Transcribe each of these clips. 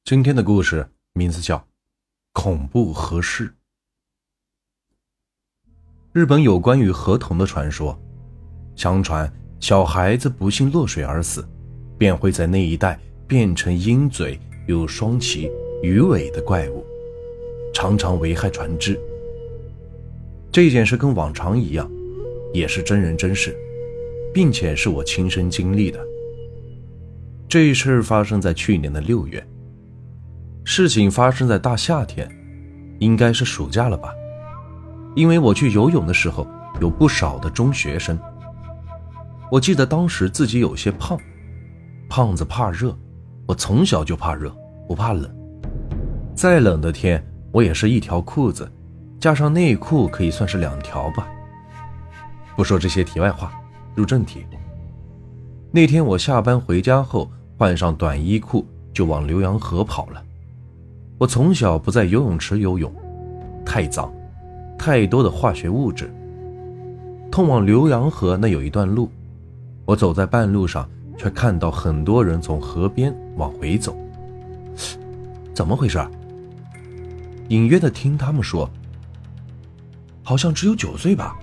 今天的故事名字叫恐怖河尸。日本有关于河童的传说，相传小孩子不幸落水而死，便会在那一带变成鹰嘴、有双鳍、鱼尾的怪物，常常危害船只。这件事跟往常一样，也是真人真事，并且是我亲身经历的。这事发生在去年的6月，事情发生在大夏天，应该是暑假了吧，因为我去游泳的时候有不少的中学生。我记得当时自己有些胖，胖子怕热，我从小就怕热，不怕冷。再冷的天，我也是一条裤子加上内裤可以算是2条吧。不说这些题外话，入正题。那天我下班回家后换上短衣裤就往浏阳河跑了。我从小不在游泳池游泳，太脏，太多的化学物质。通往浏阳河那有一段路，我走在半路上却看到很多人从河边往回走。怎么回事？隐约的听他们说好像只有9岁吧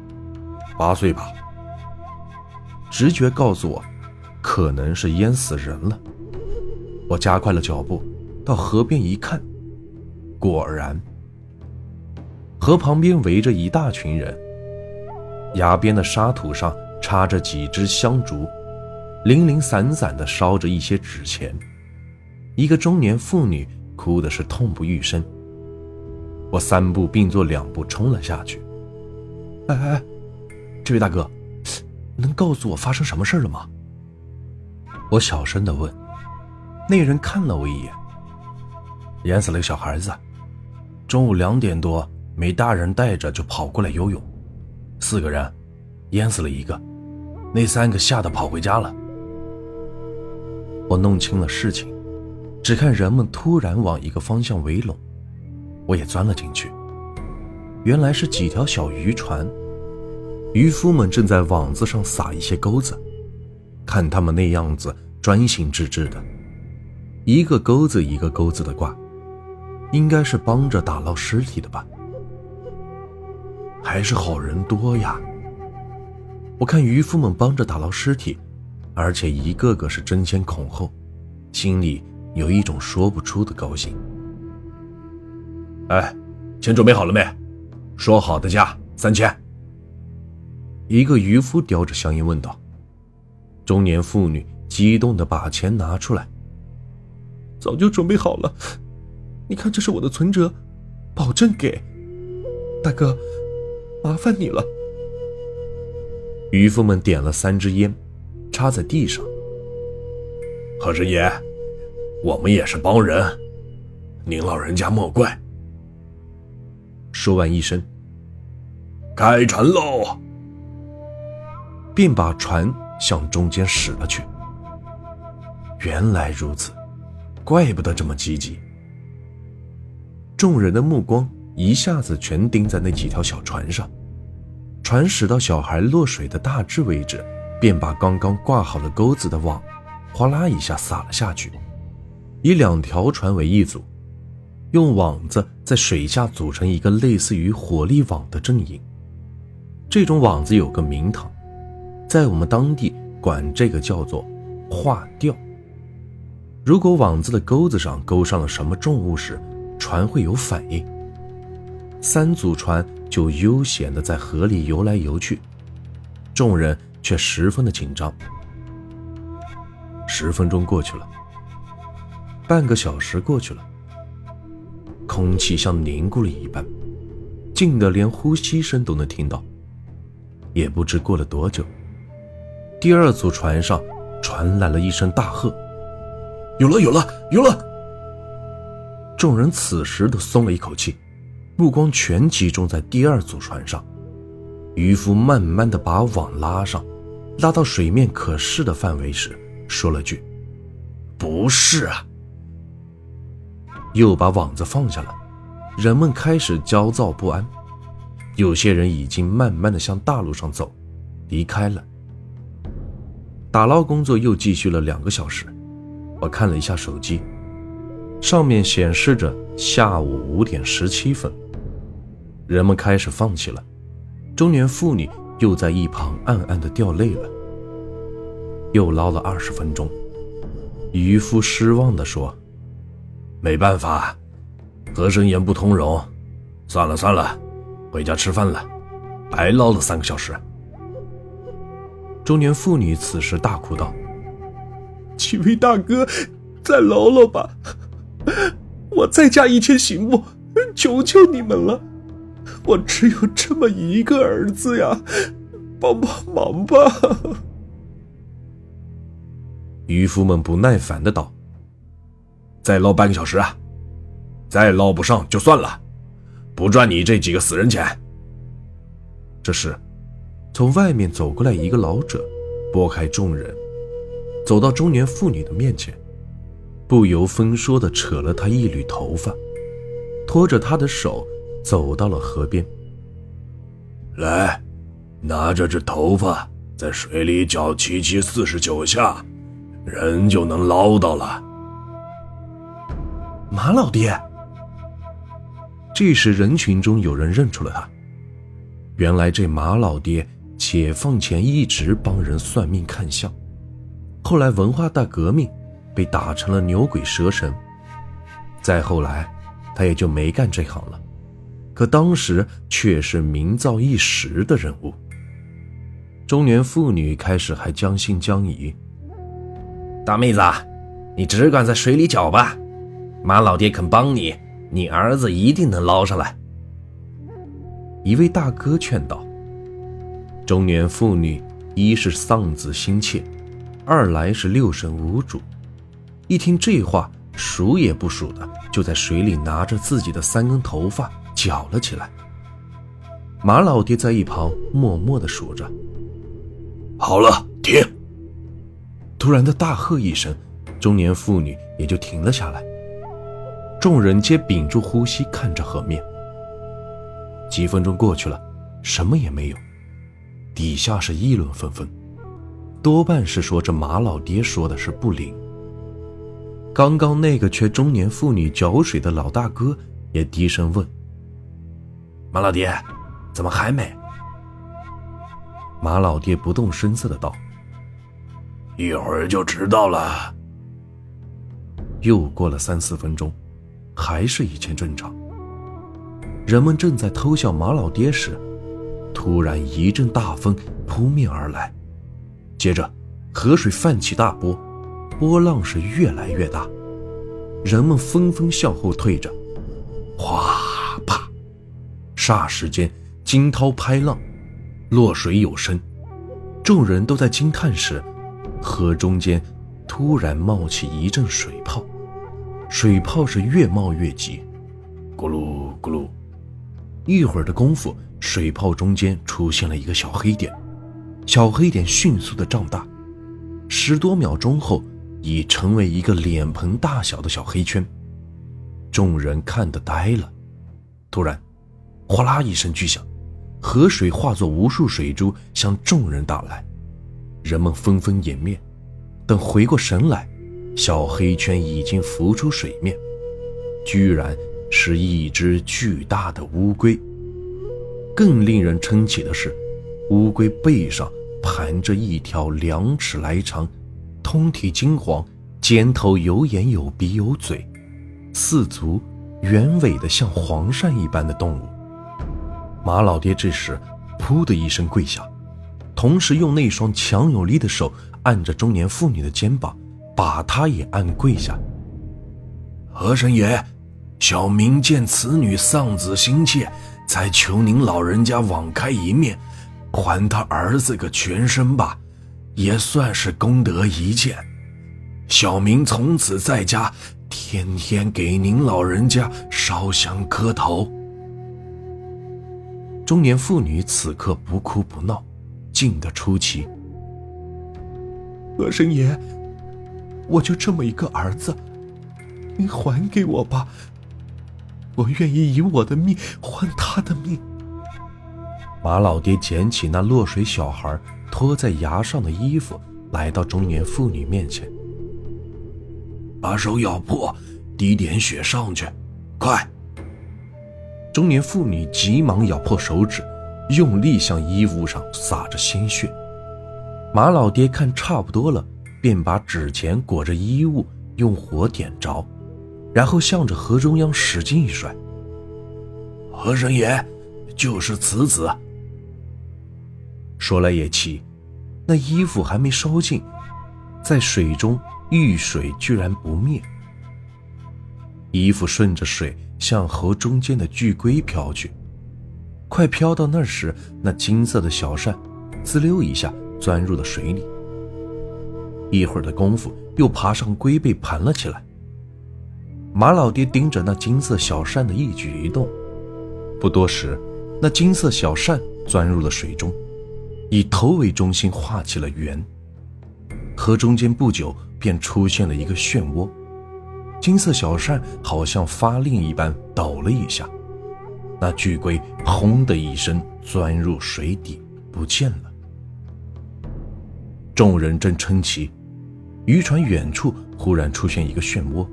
，8岁吧。直觉告诉我可能是淹死人了。我加快了脚步到河边一看，果然河旁边围着一大群人，崖边的沙土上插着几支香烛，零零散散地烧着一些纸钱。一个中年妇女哭的是痛不欲生。我3步并作2步冲了下去。哎，这位大哥，能告诉我发生什么事了吗？我小声地问。那人看了我一眼。淹死了个小孩子，中午2点多没大人带着就跑过来游泳，4个人，淹死了1个，那3个吓得跑回家了。我弄清了事情，只看人们突然往一个方向围拢，我也钻了进去。原来是几条小渔船，渔夫们正在网子上撒一些钩子，看他们那样子专心致志的，一个钩子一个钩子的挂，应该是帮着打捞尸体的吧。还是好人多呀。我看渔夫们帮着打捞尸体，而且一个个是争先恐后，心里有一种说不出的高兴。哎，钱准备好了没？说好的价3000。一个渔夫叼着香烟问道。中年妇女激动地把钱拿出来。早就准备好了，你看这是我的存折，保证给。大哥，麻烦你了。渔夫们点了3支烟，插在地上。和珅爷，我们也是帮人，您老人家莫怪。说完一声开船喽，便把船向中间驶了去。原来如此，怪不得这么积极。众人的目光一下子全盯在那几条小船上，船驶到小孩落水的大致位置，便把刚刚挂好了钩子的网哗啦一下撒了下去，以2条船为一组，用网子在水下组成一个类似于火力网的阵营。这种网子有个名堂，在我们当地管这个叫做画钓。如果网子的钩子上勾上了什么重物时，船会有反应，3组船就悠闲地在河里游来游去，众人却十分的紧张。10分钟过去了，半个小时过去了，空气像凝固了一般，静得连呼吸声都能听到。也不知过了多久，第2组船上传来了一声大喝，有了有了有了！众人此时都松了一口气，目光全集中在第2组船上。渔夫慢慢地把网拉上，拉到水面可视的范围时，说了句不是啊，又把网子放下了。人们开始焦躁不安，有些人已经慢慢地向大路上走，离开了。打捞工作又继续了2个小时。我看了一下手机， 上面显示着下午5点17分。人们开始放弃了，中年妇女又在一旁暗暗地掉泪了。又捞了20分钟，渔夫失望地说：“没办法，河神言不通融，算了，回家吃饭了，白捞了3个小时。”中年妇女此时大哭道：“ 几位大哥，再捞捞吧，我再加1天行不？求求你们了，我只有这么一个儿子呀，帮忙吧。” 渔夫们不耐烦地道：“再捞半个小时啊，再捞不上就算了，不赚你这几个死人钱。”这时从外面走过来一个老者，拨开众人，走到中年妇女的面前，不由分说地扯了她一缕头发，拖着她的手走到了河边。“来，拿着这头发在水里搅7七49下，人就能捞到了。”马老爹！这时人群中有人认出了他，原来这马老爹解放前一直帮人算命看相，后来文化大革命被打成了牛鬼蛇神，再后来他也就没干这行了，可当时却是名噪一时的人物。中年妇女开始还将信将疑：“大妹子，你只管在水里搅吧，马老爹肯帮你，你儿子一定能捞上来。”一位大哥劝道。中年妇女一是丧子心切，二来是六神无主，一听这话，数也不数的就在水里拿着自己的3根头发搅了起来。马老爹在一旁默默地数着：“好了，停！”突然的大喝一声，中年妇女也就停了下来。众人皆屏住呼吸，看着河面。几分钟过去了，什么也没有，底下是议论纷纷，多半是说这马老爹说的是不灵。刚刚那个缺中年妇女搅水的老大哥也低声问：“马老爹，怎么还没？”马老爹不动声色的道：“一会儿就知道了。”又过了3、4分钟，还是一切正常。人们正在偷笑马老爹时，突然一阵大风扑面而来，接着河水泛起大波，波浪是越来越大，人们纷纷向后退着，哗啪，霎时间惊涛拍浪，落水有声。众人都在惊叹时，河中间突然冒起一阵水泡，水泡是越冒越急，咕噜咕噜，一会儿的功夫，水泡中间出现了一个小黑点，小黑点迅速的胀大，10多秒钟后已成为一个脸盆大小的小黑圈。众人看得呆了。突然哗啦一声巨响，河水化作无数水珠向众人打来，人们纷纷掩面，等回过神来，小黑圈已经浮出水面，居然是一只巨大的乌龟。更令人称奇的是，乌龟背上盘着一条2尺来长，通体金黄，尖头有眼有鼻有嘴，四足圆尾的像黄鳝一般的动物。马老爹这时噗的一声跪下，同时用那双强有力的手按着中年妇女的肩膀，把她也按跪下。和神爷，小民见此女丧子心切，才求您老人家网开一面，还他儿子个全身吧，也算是功德一件。小民从此在家天天给您老人家烧香磕头。中年妇女此刻不哭不闹，静得出奇。 和神爷，我就这么一个儿子，您还给我吧，我愿意以我的命换他的命。 马老爹捡起那落水小孩拖在崖上的衣服，来到中年妇女面前，把手咬破， 滴点血上去，快！中年妇女急忙咬破手指，用力向衣物上洒着鲜血。马老爹看差不多了，便把纸钱裹着衣物用火点着，然后向着河中央使劲一甩。和神爷，就是此子。说来也奇，那衣服还没烧尽，在水中遇水居然不灭。衣服顺着水向河中间的巨龟飘去，快飘到那儿时，那金色的小扇滋溜一下钻入了水里。一会儿的功夫，又爬上龟背盘了起来。马老爹盯着那金色小扇的一举一动，不多时，那金色小扇钻入了水中，以头为中心画起了圆。河中间不久便出现了一个漩涡，金色小扇好像发令一般抖了一下，那巨龟轰的一声钻入水底不见了。众人正称奇，渔船远处忽然出现一个漩涡。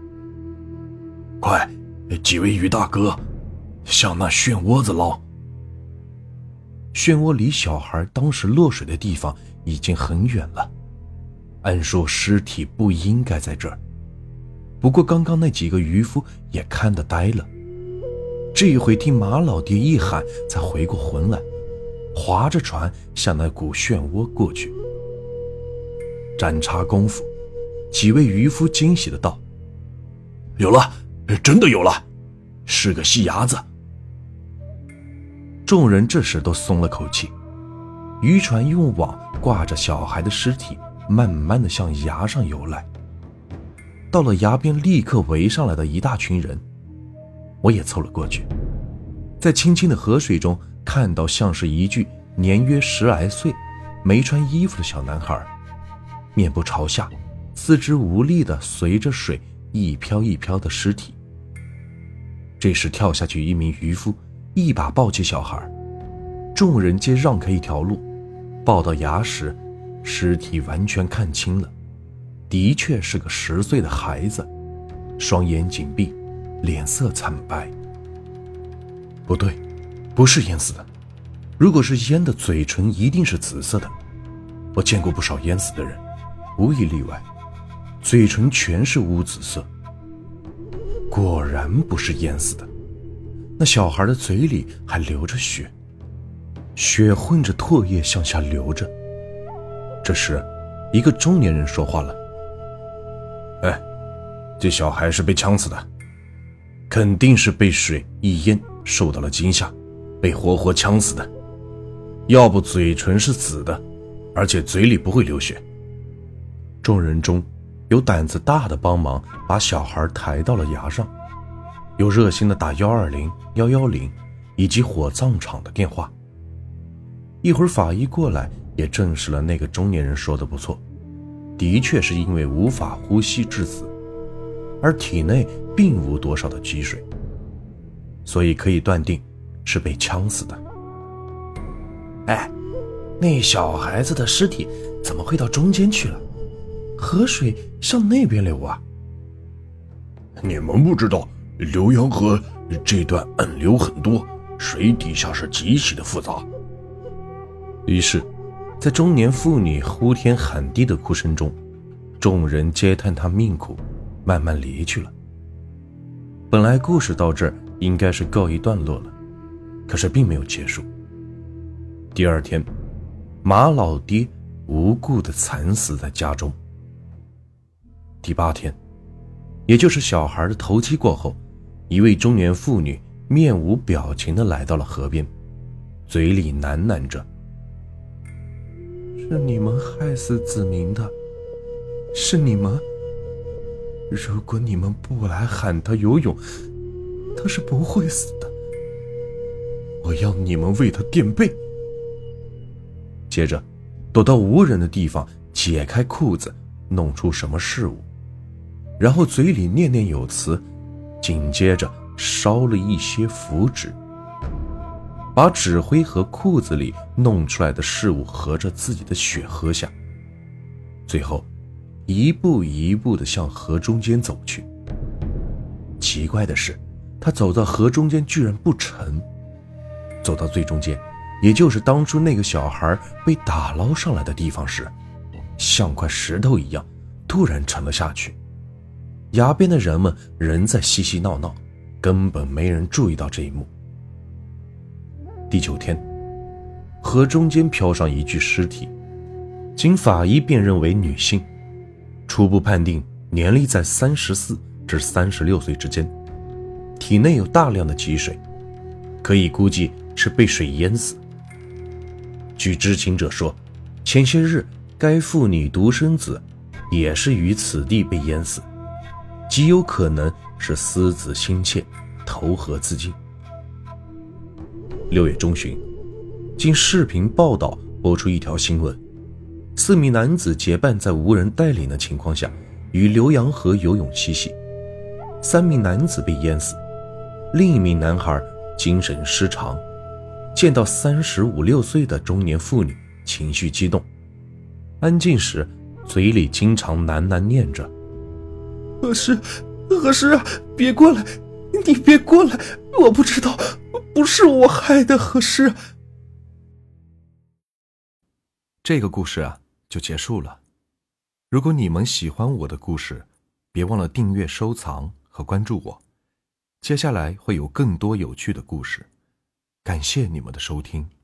快，几位渔大哥，向那漩涡子捞！漩涡离小孩当时落水的地方已经很远了，按说尸体不应该在这儿，不过刚刚那几个渔夫也看得呆了。这一回听马老爹一喊，才回过魂来，划着船向那股漩涡过去。盏茶功夫，几位渔夫惊喜的道：有了，真的有了，是个细伢子。众人这时都松了口气，渔船用网挂着小孩的尸体，慢慢的向崖上游来。到了崖边，立刻围上来的一大群人，我也凑了过去，在清清的河水中看到像是一具年约10来岁、没穿衣服的小男孩，面部朝下，四肢无力地随着水一飘一飘的尸体。这时跳下去一名渔夫，一把抱起小孩，众人皆让开一条路。抱到崖时，尸体完全看清了，的确是个10岁的孩子，双眼紧闭，脸色惨白。不对，不是淹死的，如果是淹的，嘴唇一定是紫色的。我见过不少淹死的人，无一例外，嘴唇全是乌紫色。果然不是淹死的，那小孩的嘴里还流着血，血混着唾液向下流着。这时一个中年人说话了：这小孩是被呛死的，肯定是被水一淹受到了惊吓，被活活呛死的，要不嘴唇是紫的，而且嘴里不会流血。众人中有胆子大的帮忙把小孩抬到了崖上，有热心的打120、110以及火葬场的电话。一会儿法医过来也证实了那个中年人说的不错，的确是因为无法呼吸致死，而体内并无多少的积水，所以可以断定是被呛死的。那小孩子的尸体怎么会到中间去了？河水向那边流啊！ 你们不知道，浏阳河这段暗流很多，水底下是极其的复杂。 于是在中年妇女呼天喊地的哭声中，众人皆叹她命苦，慢慢离去了。本来故事到这儿应该是告一段落了，可是并没有结束。第二天，马老爹无故地惨死在家中。第8天，也就是小孩的头七过后，一位中年妇女面无表情地来到了河边，嘴里喃喃着：是你们害死子明的，是你们。如果你们不来喊他游泳，他是不会死的。我要你们为他垫背。接着躲到无人的地方，解开裤子，弄出什么事物，然后嘴里念念有词，紧接着烧了一些符纸，把纸灰和裤子里弄出来的事物合着自己的血喝下，最后一步一步地向河中间走去。 奇怪的是，他走到河中间居然不沉，走到最中间，也就是当初那个小孩被打捞上来的地方时，像块石头一样突然沉了下去。崖边的人们仍在嬉嬉闹闹，根本没人注意到这一幕。第9天，河中间飘上一具尸体，经法医辨认为女性，初步判定年龄在34至36岁之间，体内有大量的积水，可以估计是被水淹死。据知情者说，前些日该妇女独生子也是于此地被淹死，极有可能是思子心切，投河自尽。6月中旬，经视频报道播出一条新闻，4名男子结伴在无人带领的情况下于浏阳河游泳嬉戏，3名男子被淹死，另一名男孩精神失常，见到35、6岁的中年妇女情绪激动，安静时嘴里经常喃喃念着： 何师啊，别过来，你别过来，我不知道，不是我害的，何师。 这个故事啊就结束了。如果你们喜欢我的故事，别忘了订阅、收藏和关注我，接下来会有更多有趣的故事。感谢你们的收听。